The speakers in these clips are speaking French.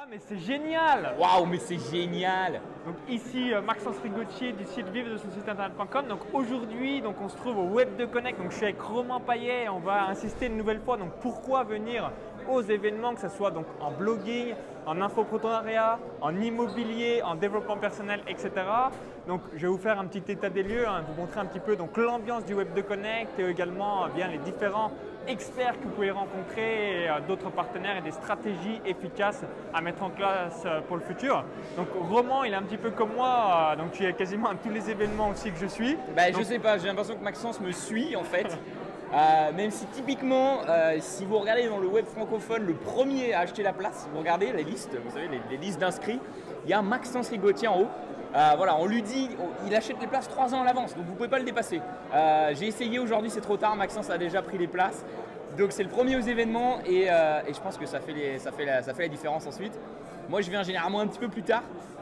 Ah mais c'est génial! Waouh, mais c'est génial! Donc ici Maxence Rigotier du site vive de son site internet.com. Donc aujourd'hui on se trouve au Web de Connect. Donc je suis avec Romain Payet et on va insister une nouvelle fois. Donc pourquoi venir aux événements, que ce soit donc en blogging, en infopreneuriat, en immobilier, en développement personnel, etc. Donc je vais vous faire un petit état des lieux, vous montrer un petit peu l'ambiance du Web de Connect et également bien les différents experts que vous pouvez rencontrer et d'autres partenaires et des stratégies efficaces à mettre en place pour le futur. Donc Roman, il est un petit peu comme moi, donc tu es quasiment à tous les événements aussi que je suis. Bah, je sais pas, j'ai l'impression que Maxence me suit en fait. Même si typiquement, si vous regardez dans le web francophone, le premier à acheter la place, vous regardez les listes, vous savez, les listes d'inscrits, il y a Maxence Rigotier en haut. Voilà, on lui dit, il achète les places 3 ans à l'avance, donc vous ne pouvez pas le dépasser. J'ai essayé aujourd'hui, c'est trop tard, Maxence a déjà pris les places. Donc c'est le premier aux événements et je pense que ça fait la différence ensuite. Moi je viens généralement un petit peu plus tard,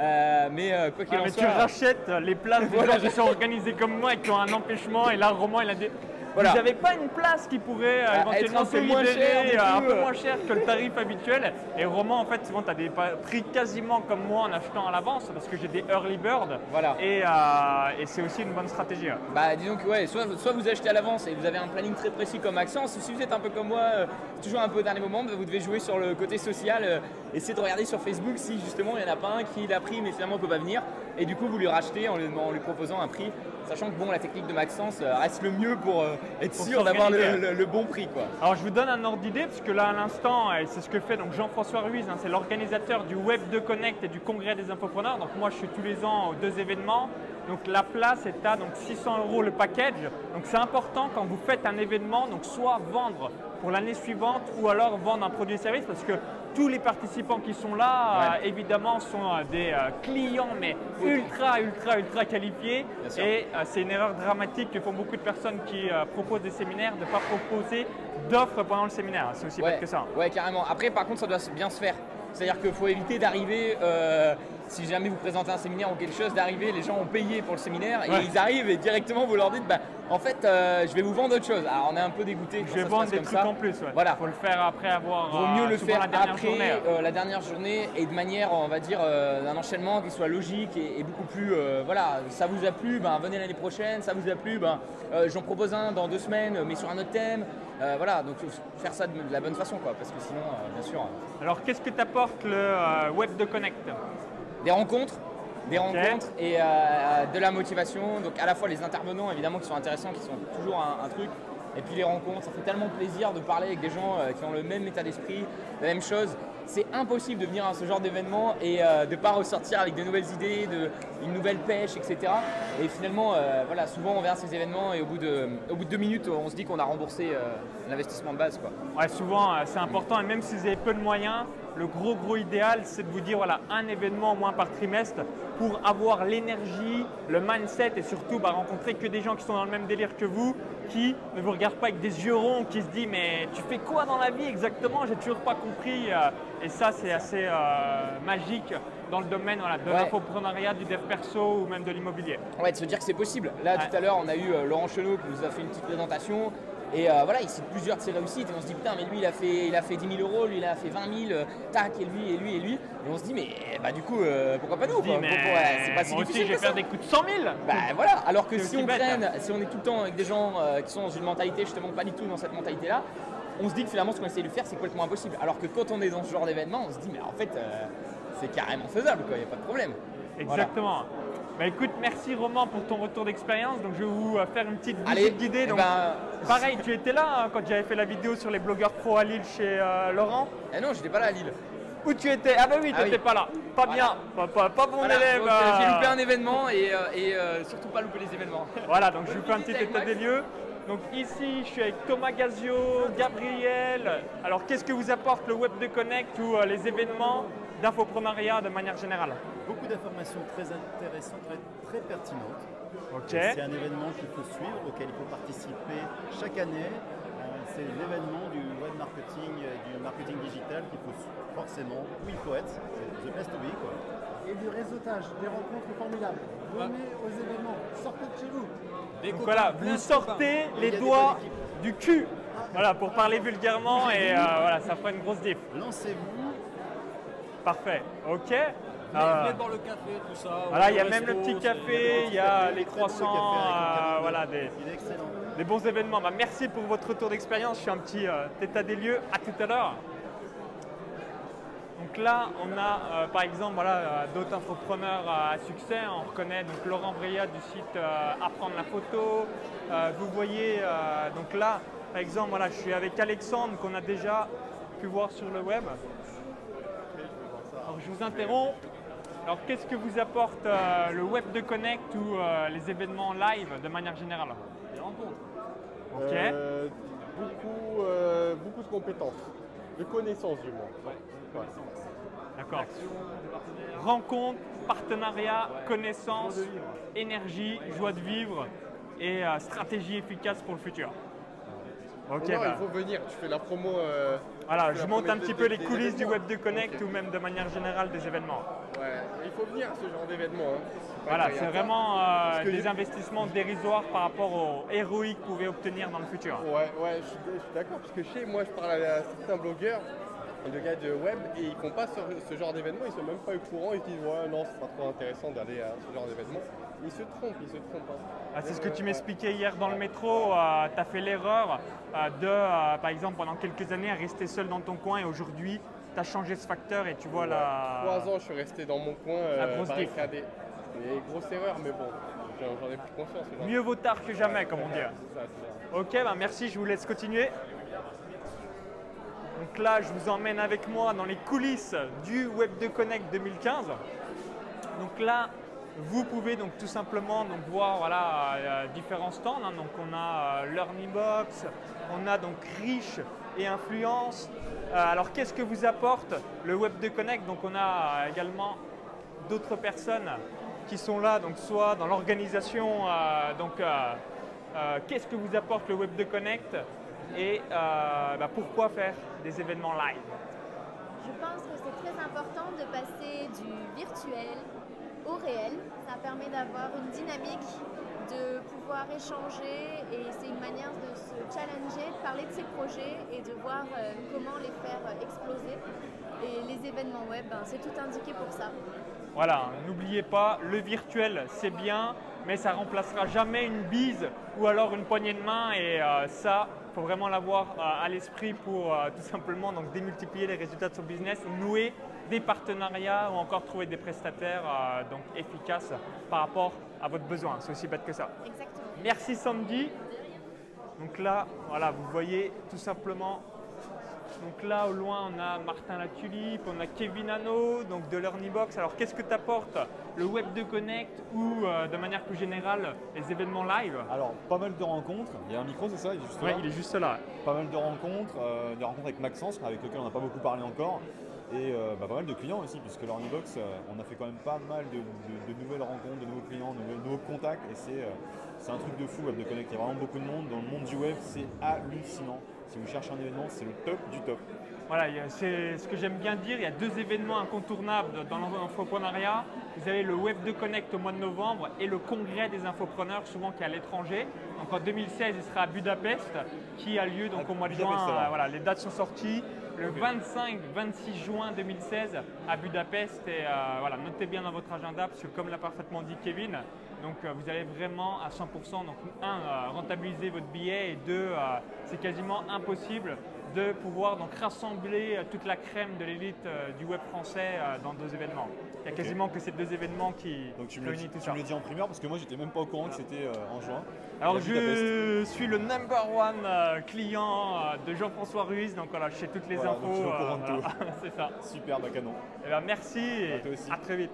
mais quoi qu'il en soit… tu rachètes les places des gens qui sont organisés comme moi et qui ont un empêchement, et là Roman il a dit… Voilà. Vous n'avez pas une place qui pourrait éventuellement se libérer un peu moins cher que le tarif habituel. Et Roman, en fait, souvent, tu as des prix quasiment comme moi en achetant à l'avance parce que j'ai des early bird. Voilà. Et c'est aussi une bonne stratégie. Bah, disons que ouais, soit vous achetez à l'avance et vous avez un planning très précis comme Maxence. Si vous êtes un peu comme moi, toujours un peu au dernier moment, vous devez jouer sur le côté social. Essayez de regarder sur Facebook si justement il n'y en a pas un qui l'a pris mais finalement ne peut pas venir. Et du coup, vous lui rachetez en lui proposant un prix. Sachant que bon, la technique de Maxence reste le mieux pour être sûr d'avoir le bon prix, quoi. Alors je vous donne un ordre d'idée parce que là à l'instant, c'est ce que fait donc Jean-François Ruiz, c'est l'organisateur du Web de Connect et du Congrès des infopreneurs. Donc moi je suis tous les ans aux 2 événements. Donc la place est à 600 € le package. Donc c'est important quand vous faites un événement, donc soit vendre pour l'année suivante ou alors vendre un produit et service parce que tous les participants qui sont là, évidemment, sont des clients mais ultra qualifiés. Et c'est une erreur dramatique que font beaucoup de personnes qui proposent des séminaires de ne pas proposer d'offres pendant le séminaire. C'est aussi bête que ça. Ouais, carrément. Après, par contre, ça doit bien se faire. C'est-à-dire qu'il faut éviter d'arriver, si jamais vous présentez un séminaire ou quelque chose, d'arriver, les gens ont payé pour le séminaire et ils arrivent et directement vous leur dites bah, en fait, je vais vous vendre autre chose. Alors on est un peu dégoûté. Je vais vendre des trucs en plus. Voilà. Faut le faire après avoir. Vaut mieux le faire après la dernière journée et de manière, on va dire, d'un enchaînement qui soit logique et beaucoup plus. Voilà, ça vous a plu, ben, venez l'année prochaine. Ça vous a plu, ben, j'en propose un dans 2 semaines, mais sur un autre thème. Voilà, donc faire ça de la bonne façon, quoi, parce que sinon, bien sûr. Alors, qu'est-ce que t'apporte le Web de Connect? Des rencontres et de la motivation. Donc à la fois les intervenants évidemment qui sont intéressants, qui sont toujours un truc. Et puis les rencontres, ça fait tellement plaisir de parler avec des gens qui ont le même état d'esprit, la même chose. C'est impossible de venir à ce genre d'événement et de ne pas ressortir avec de nouvelles idées, une nouvelle pêche, etc. Et finalement, voilà, souvent on vient à ces événements et au bout de 2 minutes, on se dit qu'on a remboursé l'investissement de base, quoi. Ouais, souvent c'est important et même si vous avez peu de moyens, le gros idéal, c'est de vous dire voilà, un événement au moins par trimestre pour avoir l'énergie, le mindset et surtout rencontrer que des gens qui sont dans le même délire que vous, qui ne vous regardent pas avec des yeux ronds, qui se disent mais tu fais quoi dans la vie exactement? J'ai toujours pas compris. Et ça, c'est assez magique dans le domaine de l'infopreneuriat, du dev perso ou même de l'immobilier. Ouais, de se dire que c'est possible. Là, tout à l'heure, on a eu Laurent Chenot qui nous a fait une petite présentation. Et voilà, il cite plusieurs de ses réussites et on se dit putain mais lui il a fait 10 000 €, lui il a fait 20 000, tac, et lui. Et on se dit mais bah du coup pourquoi pas nous, quoi. C'est pas si moi difficile aussi je vais faire des coups de 100 000. Bah voilà, alors que si on traîne, si on est tout le temps avec des gens qui sont dans une mentalité justement pas du tout dans cette mentalité là, on se dit que finalement ce qu'on essaie de faire c'est complètement impossible. Alors que quand on est dans ce genre d'événement, on se dit mais en fait c'est carrément faisable, quoi, il n'y a pas de problème. Exactement. Voilà. Bah écoute, merci Roman pour ton retour d'expérience. Donc je vais vous faire une petite visite guidée. Donc, pareil, tu étais là quand j'avais fait la vidéo sur les blogueurs pro à Lille chez Laurent? Non, j'étais pas là à Lille. Où tu étais? Ah bah oui, tu n'étais pas là. Pas bien, pas bon élève. J'ai loupé un événement et surtout pas loupé les événements. Voilà, donc je vous fais un petit état des lieux. Donc ici, je suis avec Thomas Gazio, Gabriel. Alors qu'est-ce que vous apporte le Web de Connect ou les événements d'infopreneuriat de manière générale? Beaucoup d'informations très intéressantes, très pertinentes. Okay. C'est un événement qu'il faut suivre, auquel il faut participer chaque année. C'est l'événement du web marketing, du marketing digital qu'il faut forcément, où il faut être. C'est the place to be, quoi. Et du réseautage, des rencontres formidables. Venez aux événements, sortez de chez vous. Donc voilà, vous sortez les doigts du cul. Voilà, pour parler vulgairement et voilà, ça fera une grosse diff. Lancez-vous Parfait, ok. Venez boire le café, tout ça. Voilà, il y a au même le resto, petit café, il y a les croissants, voilà, Il est excellent. des bons événements. Bah, merci pour votre retour d'expérience. Je suis un petit état des lieux. À tout à l'heure. Donc là, on a par exemple voilà, d'autres infopreneurs à succès. On reconnaît donc Laurent Bria du site Apprendre la photo. Vous voyez, donc là, par exemple, voilà, je suis avec Alexandre qu'on a déjà pu voir sur le web. Alors, je vous interromps. Alors, qu'est-ce que vous apporte le Web de Connect ou les événements live de manière générale? Des rencontres. Ok. Beaucoup de compétences, de connaissances du moins. Ouais. D'accord. Rencontre, partenariat, connaissance, énergie, joie de vivre et stratégie efficace pour le futur. Ok. Non, bah, il faut venir, tu fais la promo. voilà, tu fais je la monte promo un petit des- peu les des coulisses du événements. Web de Connect Ok. ou même de manière générale des événements. Ouais, il faut venir à ce genre d'événement. Hein. Voilà, Pas c'est rien. vraiment que des j'ai- investissements dérisoires par rapport aux héroïques que vous pouvez obtenir dans le futur. Ouais, je suis d'accord, parce que chez moi, je parle à certains blogueurs, de gars de web, et ils font pas ce genre d'événement, ils sont même pas au courant, ils se disent ouais, non, ce sera trop intéressant d'aller à ce genre d'événement. Ils se trompent. Hein. Ah, c'est ce que tu Ouais. m'expliquais hier dans le métro. Tu as fait l'erreur par exemple, pendant quelques années, à rester seul dans ton coin et aujourd'hui, tu as changé ce facteur et tu vois la. 3 ans, je suis resté dans mon coin, La grosse diff. barricadé. Et grosse erreur, mais bon, j'en ai pris conscience. Mieux vaut tard que jamais, comme on dit. C'est ça. Ok, bah merci, je vous laisse continuer. Donc là, je vous emmène avec moi dans les coulisses du Web de Connect 2015. Donc là, vous pouvez donc tout simplement donc voir voilà, différents stands. Hein. Donc on a Learning Box, on a donc Riche et Influence. Alors qu'est-ce que vous apporte le Web de Connect? Donc on a également d'autres personnes qui sont là, donc soit dans l'organisation, qu'est-ce que vous apporte le Web de Connect et pourquoi faire des événements live? Je pense que c'est très important de passer du virtuel au réel. Ça permet d'avoir une dynamique, de pouvoir échanger et c'est une manière de se challenger, de parler de ses projets et de voir comment les faire exploser. Et les événements web, c'est tout indiqué pour ça. Voilà, n'oubliez pas, le virtuel c'est bien, mais ça remplacera jamais une bise ou alors une poignée de main et ça, il faut vraiment l'avoir à l'esprit pour tout simplement donc, démultiplier les résultats de son business, nouer des partenariats ou encore trouver des prestataires donc, efficaces par rapport à votre besoin. C'est aussi bête que ça. Exactement. Merci Sandy. Donc là, voilà, vous voyez tout simplement. Donc là, au loin, on a Martin Latulipe, on a Kevin Hano, donc de Learning Box. Alors, qu'est-ce que t'apporte le Web de Connect ou de manière plus générale les événements live? Alors, pas mal de rencontres. Il y a un micro, c'est ça? Il est juste Ouais, là. il est juste là. Pas mal de rencontres, des rencontres avec Maxence, avec lequel on n'a pas beaucoup parlé encore. Et pas mal de clients aussi, puisque Learning Box, on a fait quand même pas mal de nouvelles rencontres, de nouveaux clients, de nouveaux contacts. Et c'est un truc de fou, Web de Connect. Il y a vraiment beaucoup de monde. Dans le monde du web, c'est hallucinant. Si vous cherchez un événement, c'est le top du top. Voilà, c'est ce que j'aime bien dire. Il y a deux événements incontournables dans l'infoprenariat. Vous avez le Web de Connect au mois de novembre et le congrès des infopreneurs, souvent qui est à l'étranger. Donc en 2016, il sera à Budapest, qui a lieu donc au mois de juin. Voilà, les dates sont sorties. Le 25-26 juin 2016 à Budapest. Et voilà, notez bien dans votre agenda parce que comme l'a parfaitement dit Kevin, donc vous allez vraiment à 100%, donc rentabiliser votre billet et deux, c'est quasiment impossible de pouvoir donc rassembler toute la crème de l'élite du web français dans deux événements. Il n'y a quasiment que ces deux événements qui Donc tu me réunissent tout le ça. dis en primeur parce que moi j'étais même pas au courant que c'était en juin. Alors Et à Budapest. je suis le number one client de Jean-François Ruiz, donc voilà, je sais toutes les Voilà, infos. donc tu es au courant de tout. C'est ça. Super, bah canon. Eh ben, merci et toi aussi. à très vite.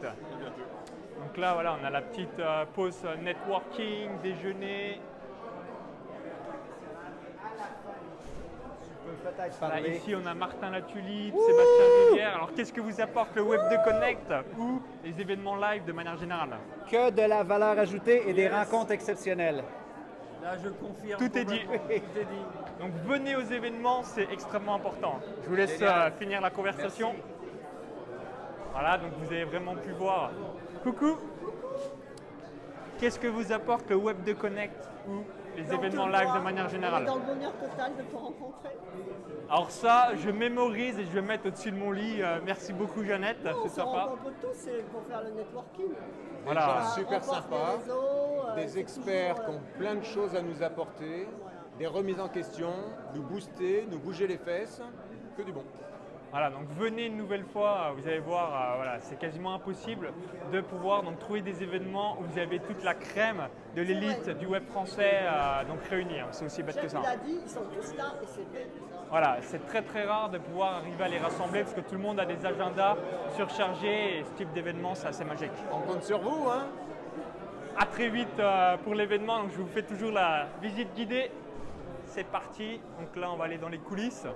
Donc là, voilà, on a la petite pause networking, déjeuner. Là, ici, on a Martin Latulipe, Sébastien Rivière. Alors, qu'est-ce que vous apporte le Web de Connect ou les événements live de manière générale? Que de la valeur ajoutée et des rencontres exceptionnelles. Là, je confirme. Tout est dit. complètement. Tout est dit. Donc, venez aux événements, c'est extrêmement important. Je vous laisse finir la conversation. Voilà, donc vous avez vraiment pu voir. Coucou. Qu'est-ce que vous apporte le Web de Connect ou les événements live de manière On est générale. dans le bonheur total de te rencontrer. Alors ça, je mémorise et je vais mettre au-dessus de mon lit. Merci beaucoup Jeannette, On c'est se sympa. rencontre tous, c'est pour faire le networking. Voilà. Des gens super On porte sympas, les réseaux, des c'est experts toujours, qui ont plein de choses à nous apporter, des remises en question, nous booster, nous bouger les fesses, que du bon. Voilà, donc venez une nouvelle fois, vous allez voir, voilà, c'est quasiment impossible de pouvoir donc, trouver des événements où vous avez toute la crème de l'élite du web français donc réunie. C'est aussi bête que ça. Jeff l'a dit, ils sont tous là et c'est vrai. Voilà, c'est très très rare de pouvoir arriver à les rassembler parce que tout le monde a des agendas surchargés et ce type d'événement, c'est assez magique. On compte sur vous, hein? À très vite pour l'événement, donc je vous fais toujours la visite guidée. C'est parti, donc là on va aller dans les coulisses.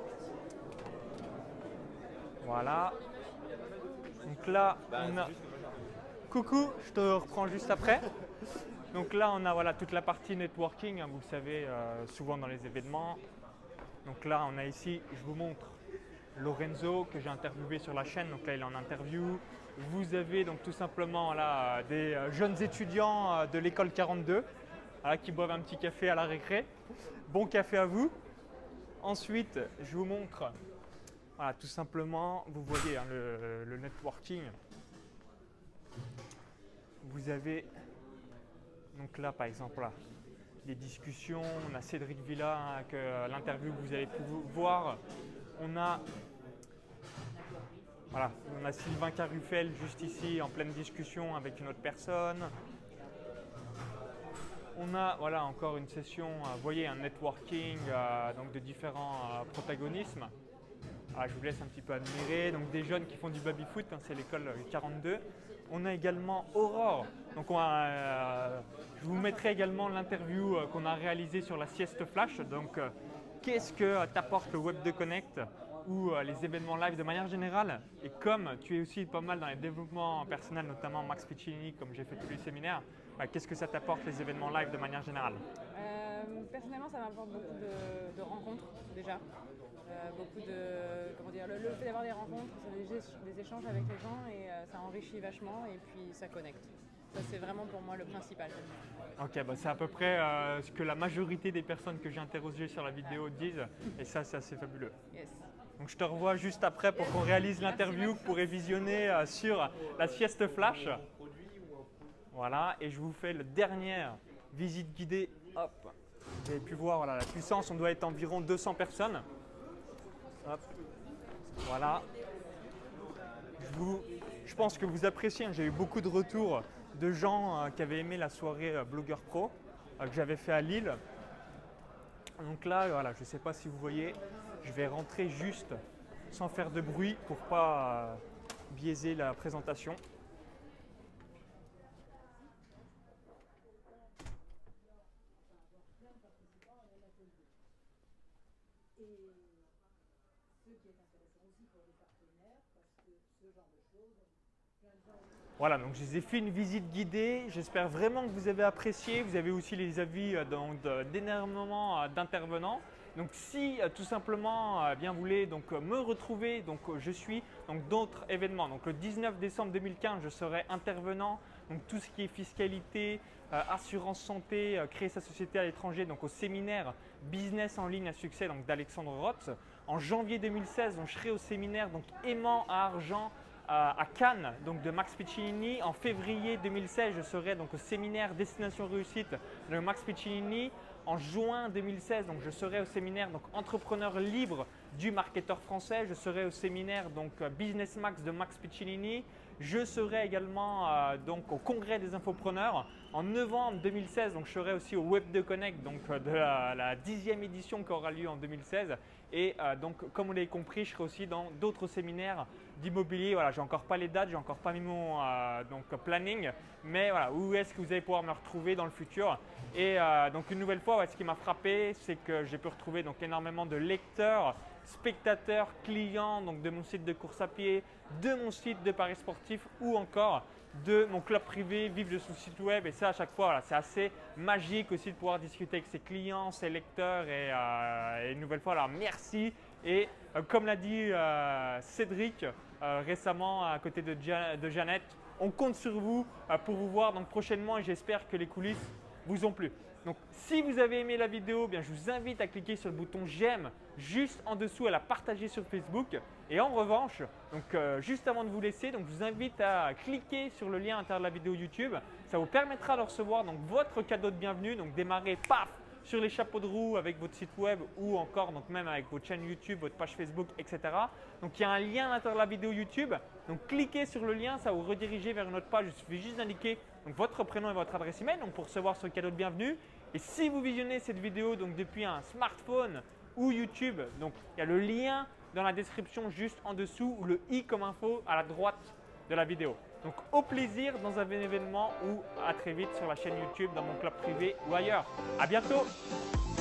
Voilà. Donc là, on a... Coucou, je te reprends juste après. Donc là, on a voilà, toute la partie networking, hein, vous le savez, souvent dans les événements. Donc là, on a ici, je vous montre Lorenzo que j'ai interviewé sur la chaîne. Donc là, il est en interview. Vous avez donc tout simplement là des jeunes étudiants de l'école 42 qui boivent un petit café à la récré. Bon café à vous. Ensuite, je vous montre, voilà, tout simplement, vous voyez hein, le networking. Vous avez donc là, par exemple, là, des discussions. On a Cédric Villa, hein, que l'interview que vous avez pu voir. On a Sylvain Carufel juste ici en pleine discussion avec une autre personne. On a voilà, encore une session, vous voyez, un networking donc de différents protagonismes. Je vous laisse un petit peu admirer. Donc des jeunes qui font du baby-foot, hein, c'est l'école 42. On a également Aurore. Donc je vous mettrai également l'interview qu'on a réalisée sur la sieste flash. Donc qu'est-ce que t'apporte le Web de Connect ou les événements live de manière générale? Et comme tu es aussi pas mal dans les développements personnels, notamment Max Piccinini, comme j'ai fait tous les séminaires, qu'est-ce que ça t'apporte les événements live de manière générale? Personnellement, ça m'apporte beaucoup de rencontres déjà. Beaucoup de, comment dire, le fait d'avoir des rencontres, des échanges avec les gens et ça enrichit vachement et puis ça connecte. Ça c'est vraiment pour moi le principal. Ok, c'est à peu près ce que la majorité des personnes que j'ai interrogées sur la vidéo disent et ça c'est assez fabuleux. Yes. Donc je te revois juste après pour qu'on réalise l'interview que vous pourrez visionner sur la sieste flash. Voilà, et je vous fais la dernière visite guidée. Hop. Vous avez pu voir voilà, la puissance, on doit être environ 200 personnes. Hop. Voilà. Je pense que vous appréciez, j'ai eu beaucoup de retours de gens qui avaient aimé la soirée Blogueur Pro que j'avais fait à Lille. Donc là, voilà, je ne sais pas si vous voyez, je vais rentrer juste sans faire de bruit pour ne pas biaiser la présentation. Voilà, donc je vous ai fait une visite guidée. J'espère vraiment que vous avez apprécié. Vous avez aussi les avis d'énormément d'intervenants. Donc si tout simplement bien vous voulez donc, me retrouver, donc je suis donc d'autres événements. Donc le 19 décembre 2015, je serai intervenant. Donc tout ce qui est fiscalité, assurance santé, créer sa société à l'étranger, donc au séminaire Business en ligne à succès donc d'Alexandre Rotz. En janvier 2016, donc, je serai au séminaire donc aimant à argent à Cannes, donc de Max Piccinini. En février 2016, je serai donc au séminaire Destination Réussite de Max Piccinini. En juin 2016, donc, je serai au séminaire donc, Entrepreneur libre du marketeur français. Je serai au séminaire donc, Business Max de Max Piccinini. Je serai également donc, au congrès des infopreneurs. En novembre 2016, donc, je serai aussi au Web de Connect donc, de la 10e édition qui aura lieu en 2016. Et donc, comme vous l'avez compris, je serai aussi dans d'autres séminaires d'immobilier. Voilà, je n'ai encore pas les dates, je n'ai encore pas mis mon donc, planning. Mais voilà, où est-ce que vous allez pouvoir me retrouver dans le futur? Et donc, une nouvelle fois, ce qui m'a frappé, c'est que j'ai pu retrouver donc, énormément de lecteurs, spectateurs, clients donc, de mon site de course à pied, de mon site de paris sportif ou encore de mon club privé, vivre de son site web. Et ça, à chaque fois, voilà, c'est assez magique aussi de pouvoir discuter avec ses clients, ses lecteurs. Et une nouvelle fois, alors merci. Et comme l'a dit Cédric récemment à côté de Jeannette, on compte sur vous pour vous voir donc, prochainement et j'espère que les coulisses vous ont plu. Donc si vous avez aimé la vidéo, bien, je vous invite à cliquer sur le bouton j'aime juste en dessous, à la partager sur Facebook. Et en revanche, donc, juste avant de vous laisser, donc, je vous invite à cliquer sur le lien à l'intérieur de la vidéo YouTube. Ça vous permettra de recevoir donc, votre cadeau de bienvenue, donc démarrer paf sur les chapeaux de roue avec votre site web ou encore donc, même avec votre chaîne YouTube, votre page Facebook, etc. Donc il y a un lien à l'intérieur de la vidéo YouTube. Donc cliquez sur le lien, ça va vous rediriger vers une autre page. Il suffit juste d'indiquer donc, votre prénom et votre adresse email donc, pour recevoir ce cadeau de bienvenue. Et si vous visionnez cette vidéo donc, depuis un smartphone ou YouTube, donc il y a le lien dans la description juste en dessous ou le i comme info à la droite de la vidéo. Donc au plaisir dans un événement ou à très vite sur la chaîne YouTube, dans mon club privé ou ailleurs. À bientôt!